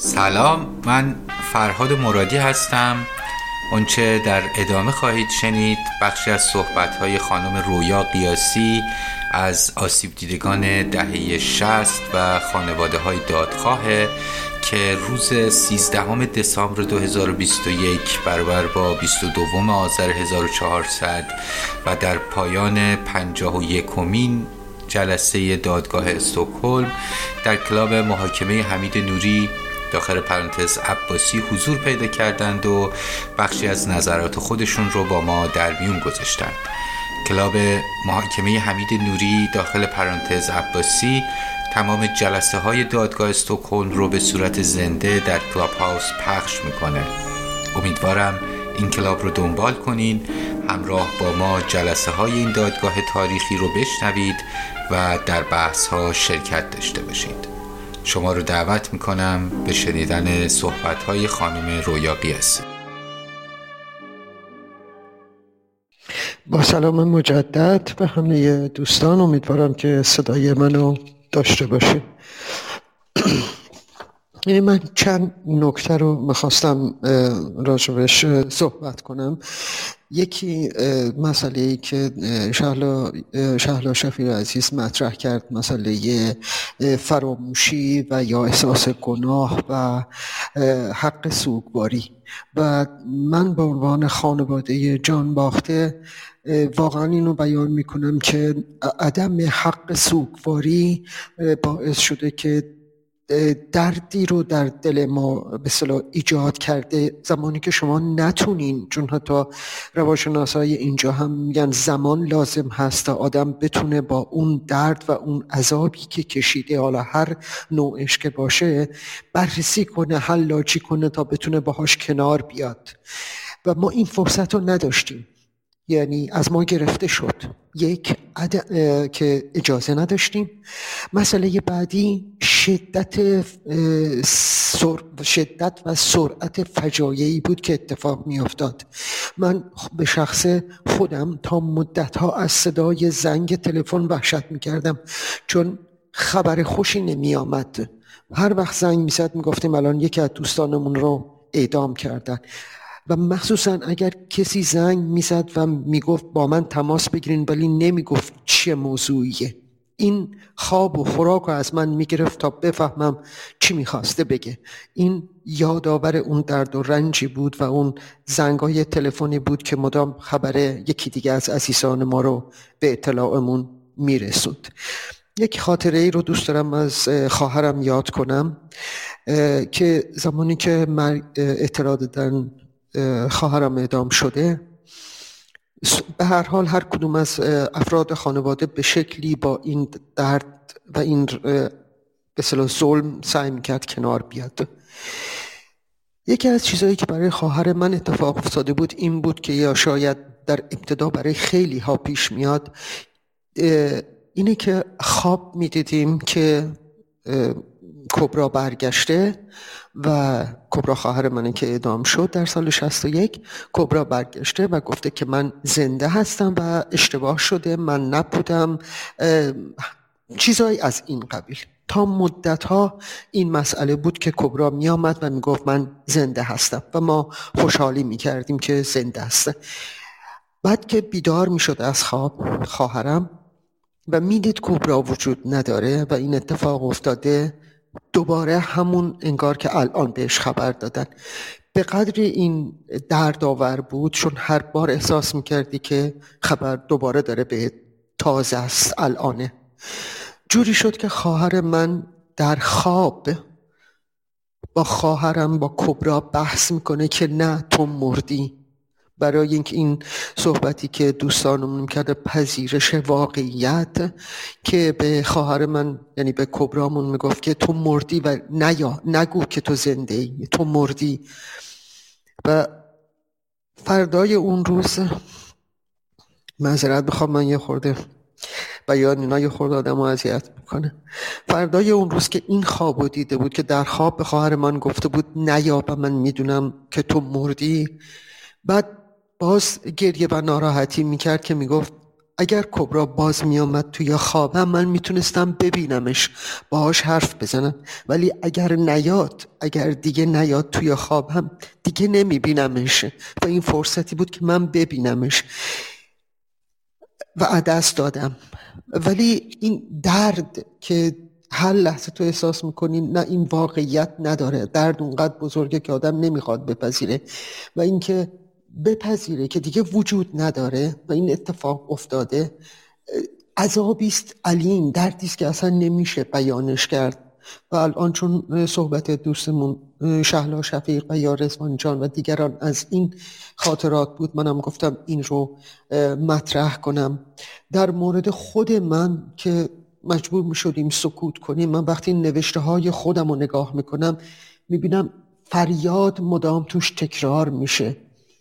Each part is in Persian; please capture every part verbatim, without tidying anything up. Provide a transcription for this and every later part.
سلام، من فرهاد مرادی هستم. اونچه در ادامه خواهید شنید بخشی از صحبت‌های خانم رویا قیاسی از آسیب دیدگان دهه شصت و خانواده‌های دادخواهه که روز سیزدهم دسامبر دو هزار و بیست و یک برابر با بیست و دوم آذر هزار و چهارصد و در پایان پنجاه و یکمین جلسه دادگاه استکهلم در کلاب محاکمه حمید نوری داخل پرانتز عباسی حضور پیدا کردند و بخشی از نظرات خودشون رو با ما در میون گذاشتند. کلاب محاکمه حمید نوری داخل پرانتز عباسی تمام جلسه های دادگاه استکهلم رو به صورت زنده در کلاب هاوس پخش میکنه. امیدوارم این کلاب رو دنبال کنین، همراه با ما جلسه های این دادگاه تاریخی رو بشنوید و در بحث ها شرکت داشته باشید. شما رو دعوت میکنم به شنیدن صحبت های خانم رویا قیاسی. با سلام مجدد به همه دوستان، امیدوارم که صدای منو داشته باشید. من چند نکته رو میخواستم راجبش صحبت کنم. یکی مسئله‌ای که شهلا شهلا شفیع عزیز مطرح کرد، مسئله فراموشی و یا احساس گناه و حق سوگواری، و من به عنوان خانواده جان باخته واقعا اینو بیان میکنم که عدم حق سوگواری باعث شده که دردی رو در دل ما به اصطلاح ایجاد کرده. زمانی که شما نتونین، چون حتی روانشناسای اینجا هم میگن زمان لازم هست تا آدم بتونه با اون درد و اون عذابی که کشیده، حالا هر نوعش که باشه، بررسی کنه، حلاجی کنه تا بتونه باهاش کنار بیاد، و ما این فرصت رو نداشتیم. یعنی از ما گرفته شد. یک عد... که اجازه نداشتیم. مسئله بعدی شدت سر... شدت و سرعت فجایعی بود که اتفاق می افتاد. من به شخص خودم تا مدتها از صدای زنگ تلفن وحشت می کردم، چون خبر خوشی نمی آمد. هر وقت زنگ می زد می گفتیم الان یکی از دوستانمون رو اعدام کردن، و مخصوصا اگر کسی زنگ میزد و میگفت با من تماس بگیرین ولی نمیگفت چه موضوعیه، این خواب و خوراک رو از من میگرفت تا بفهمم چی میخواسته بگه. این یادآور اون درد و رنجی بود و اون زنگای تلفنی بود که مدام خبر یکی دیگه از عزیزان ما رو به اطلاعمون میرسوند. یک خاطره ای رو دوست دارم از خواهرم یاد کنم که زمانی که من اطلاع دادن خواهرم اعدام شده، به هر حال هر کدوم از افراد خانواده به شکلی با این درد و این به اصطلاح ظلم سعی میکرد کنار بیاد. یکی از چیزایی که برای خواهر من اتفاق افتاده بود این بود که یا شاید در ابتدا برای خیلی ها پیش میاد، اینه که خواب میدیدیم که کبرا برگشته و کبرا خواهر منه که اعدام شد در سال شصت و یک. کبرا برگشته و گفته که من زنده هستم و اشتباه شده، من نبودم، چیزایی از این قبیل. تا مدت ها این مسئله بود که کبرا می آمد و می گفت من زنده هستم و ما خوشحالی می کردیم که زنده هستم. بعد که بیدار می شد از خواب خواهرم و می دید کبرا وجود نداره و این اتفاق افتاده، دوباره همون انگار که الان بهش خبر دادن. به قدری این دردآور بود چون هر بار احساس میکردی که خبر دوباره داره به تازه است، الانه. جوری شد که خواهر من در خواب با خواهرم با کبرا بحث میکنه که نه تو مردی، برای اینکه این صحبتی که دوستانمون کرده پذیرش واقعیت، که به خواهر من یعنی به کبرامون میگفت که تو مردی و نیا نگو که تو زنده ای، تو مردی. و فردای اون روز، معذرت بخوام من یه خورده بیان اینا یه خورده آدم رو اذیت میکنه، فردای اون روز که این خوابو دیده بود که در خواب به خواهر من گفته بود نیا و من میدونم که تو مردی، بعد باز گریه و ناراحتی میکرد که میگفت اگر کبرا باز می آمد توی خوابم من میتونستم ببینمش، باهاش حرف بزنم، ولی اگر نیاد اگر دیگه نیاد توی خوابم دیگه نمیبینمش و این فرصتی بود که من ببینمش و عدس دادم. ولی این درد که هر لحظه تو احساس میکنی نه این واقعیت نداره، درد اونقدر بزرگه که آدم نمیخواد بپذیره و اینکه بپذیره که دیگه وجود نداره و این اتفاق افتاده، عذابی است علیم، دردی است که اصلا نمیشه بیانش کرد. و الان چون صحبت دوستمون شهلا شفیق و یا رضوان جان و دیگران از این خاطرات بود، منم گفتم این رو مطرح کنم. در مورد خود من که مجبور می شدیم سکوت کنیم، من وقتی نوشته های خودم رو نگاه میکنم میبینم فریاد مدام توش تکرار میشه.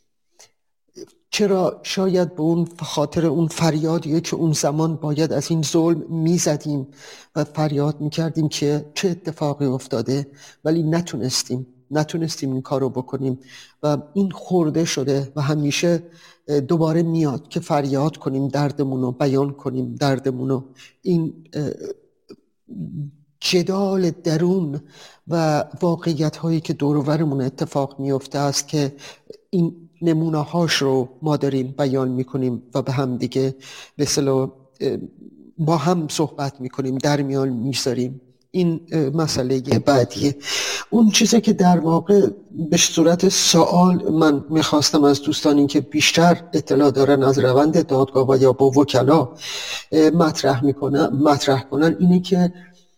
چرا؟ شاید به اون خاطر اون فریادیه که اون زمان باید از این ظلم میزدیم و فریاد میکردیم که چه اتفاقی افتاده، ولی نتونستیم نتونستیم این کار رو بکنیم و این خورده شده و همیشه دوباره میاد که فریاد کنیم دردمون رو، بیان کنیم دردمون رو. این جدال درون و واقعیت هایی که دور و برمون اتفاق میفته است که این نمونه هاش رو ما داریم بیان میکنیم و به هم دیگه به اصطلاح با هم صحبت میکنیم، در میان میذاریم. این مسئله بعدیه. اون چیزی که در واقع به صورت سوال من میخواستم از دوستانی که بیشتر اطلاع دارن از روند دادگاه و یا با وکلا مطرح میکنن مطرح کنن اینه که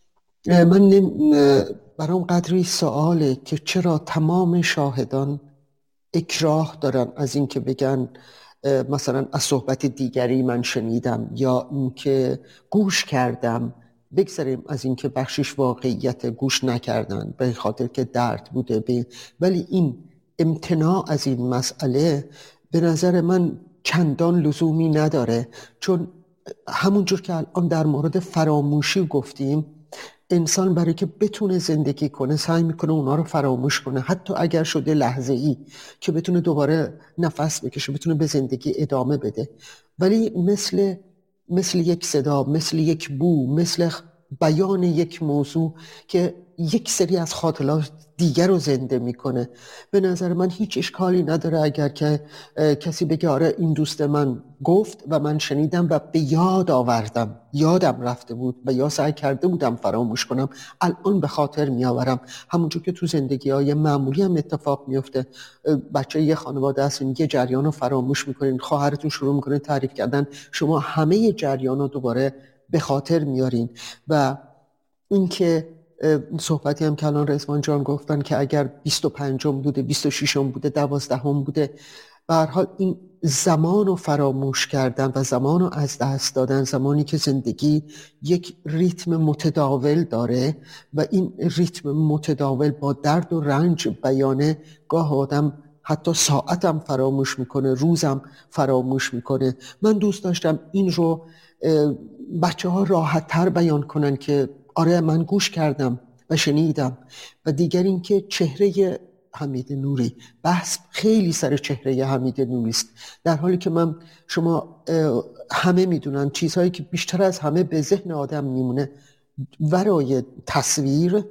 من برام قدری سواله که چرا تمام شاهدان اکراه دارن از این که بگن مثلا از صحبت دیگری من شنیدم یا اینکه گوش کردم، بگذاریم از اینکه بخشش واقعیت گوش نکردن به خاطر که درد بوده به. ولی این امتناع از این مسئله به نظر من چندان لزومی نداره، چون همونجور که الان در مورد فراموشی گفتیم، انسان برای که بتونه زندگی کنه سعی میکنه اونا رو فراموش کنه، حتی اگر شده لحظه ای، که بتونه دوباره نفس بکشه، بتونه به زندگی ادامه بده. ولی مثل مثل یک صدا، مثل یک بو، مثل بیان یک موضوع که یک سری از خاطرات دیگر رو زنده میکنه، به نظر من هیچ اشکالی نداره اگر که کسی بگه آره این دوست من گفت و من شنیدم و به یاد آوردم، یادم رفته بود و یا سعی کرده بودم فراموش کنم، الان به خاطر میآورم. همونجور که تو زندگی های معمولی هم اتفاق میفته، بچه یه خانواده هستین، یه جریان رو فراموش میکنین، خواهرتون شروع میکنه تعریف کردن، شما همه جریان رو دوباره به خاطر میارین. و این که صحبتی هم که الان رضوان جان گفتن که اگر بیست و پنجم بوده، بیست و ششم بوده، دوازدهم بوده، به هر حال این زمان رو فراموش کردن و زمان رو از دست دادن، زمانی که زندگی یک ریتم متداول داره و این ریتم متداول با درد و رنج بیانه، گاه آدم حتی ساعتم فراموش میکنه، روزم فراموش میکنه. من دوست داشتم این رو بچه ها راحت تر بیان کنن که آره من گوش کردم و شنیدم. و دیگر این که چهره حمید نوری، بحث خیلی سر چهره حمید نوری است، در حالی که من شما همه میدونن چیزهایی که بیشتر از همه به ذهن آدم میمونه ورای تصویر،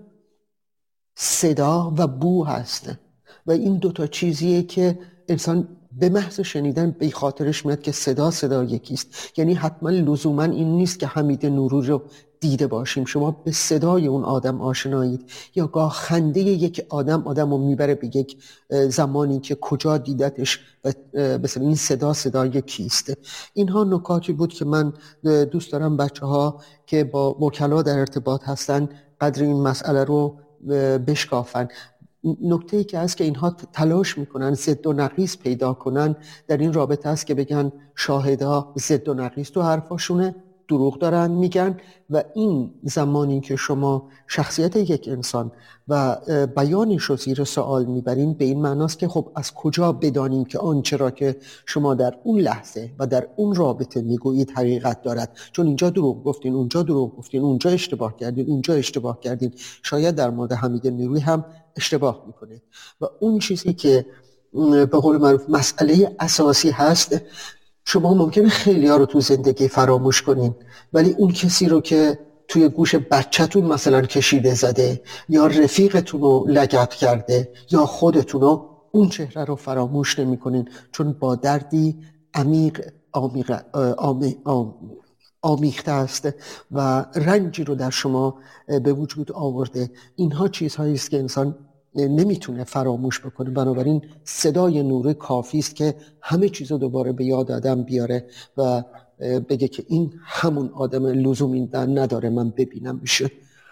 صدا و بو هست و این دوتا چیزیه که انسان به محض شنیدن به خاطرش میاد که صدا صدا یکیست. یعنی حتما لزوما این نیست که حمید نوری رو دیده باشیم، شما به صدای اون آدم آشنایید، یا گاه خنده یک آدم آدم رو میبره به یک زمانی که کجا دیدتش و مثلا این صدا صدای کیسته. اینها نکاتی بود که من دوست دارم بچه ها که با وکلا در ارتباط هستن قدر این مسئله رو بشکافن. نکته ای که هست که اینها تلاش میکنن ضد و نقیض پیدا کنن در این رابطه است که بگن شاهدا ضد و نقیض تو حرفاشونه، دروغ دارن میگن. و این زمانی که شما شخصیت یک انسان و بیانش رو زیر سوال میبرین، به این معناست که خب از کجا بدانیم که آنچه را که شما در اون لحظه و در اون رابطه میگویید حقیقت دارد؟ چون اینجا دروغ گفتین، اونجا دروغ گفتین، اونجا اشتباه کردین، اونجا اشتباه کردین. شاید در مورد حمید نوری هم اشتباه میکنه. و اون چیزی که به قول معروف مسئله اساسی هست شما ممکنه خیلی ها رو تو زندگی فراموش کنین، ولی اون کسی رو که توی گوش بچه‌تون مثلا کشیده زده یا رفیقتون رو لگد کرده یا خودتون رو، اون چهره رو فراموش نمی کنین، چون با دردی عمیق عمیق آمی- آم- آمیخته است و رنجی رو در شما به وجود آورده. اینها چیزهایی است که انسان نمیتونه فراموش بکنه. بنابراین صدای نوره کافی است که همه چیز رو دوباره به یاد آدم بیاره و بگه که این همون آدم، لزومی نداره من ببینمش.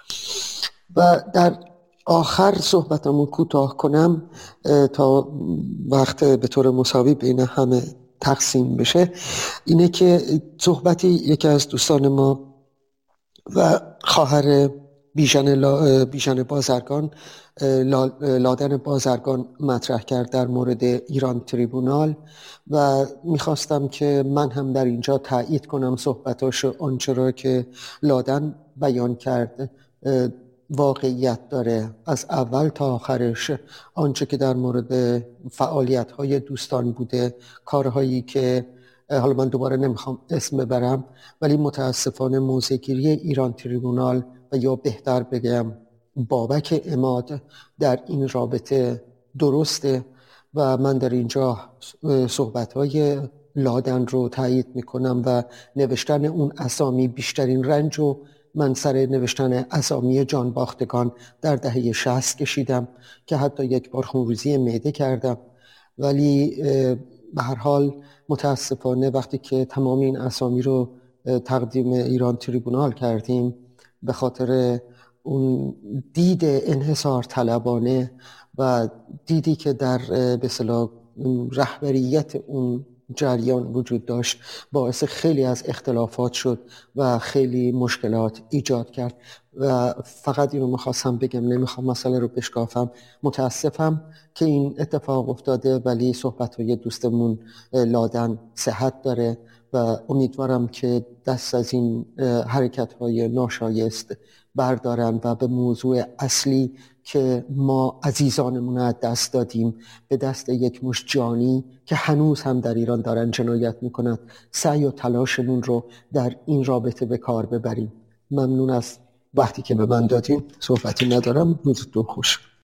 و در آخر صحبتمو کوتاه کنم تا وقت به طور مساوی بین همه تقسیم بشه، اینه که صحبتی یکی از دوستان ما و خواهر بیژن لا... بیژن بازرگان، لا... لادن بازرگان مطرح کرد در مورد ایران تریبونال و میخواستم که من هم در اینجا تایید کنم صحبتاش. آنچه را که لادن بیان کرد واقعیت داره از اول تا آخرش. آنچه که در مورد فعالیت‌های دوستان بوده، کارهایی که حالا من دوباره نمیخوام اسم ببرم، ولی متاسفانه موضع‌گیری ایران تریبونال و یا بهتر بگم بابک عماد در این رابطه درسته و من در اینجا صحبت‌های لادن رو تایید میکنم و نوشتن اون اسامی بیشترین رنج رو من سر نوشتن اسامی جانباختگان در دهه شصت کشیدم که حتی یک بار خونریزی معده کردم. ولی به هر حال متاسفانه وقتی که تمام این اسامی رو تقدیم ایران تریبونال کردیم، به خاطر اون دید انحصار طلبانه و دیدی که در به اصطلاح رهبریت اون جریان وجود داشت، باعث خیلی از اختلافات شد و خیلی مشکلات ایجاد کرد. و فقط اینو میخواستم بگم، نمیخوام مسئله رو بشکافم. متاسفم که این اتفاق افتاده، ولی صحبت‌های دوستمون لادن صحت داره و امیدوارم که دست از این حرکت‌های ناشایست بردارن و به موضوع اصلی که ما عزیزانمون رو از دست دادیم به دست یک مشت جانی که هنوز هم در ایران دارن جنایت میکنن، سعی و تلاشمون رو در این رابطه به کار ببریم. ممنون از وقتی که به من دادین. صحبتی ندارم. روزتون خوش.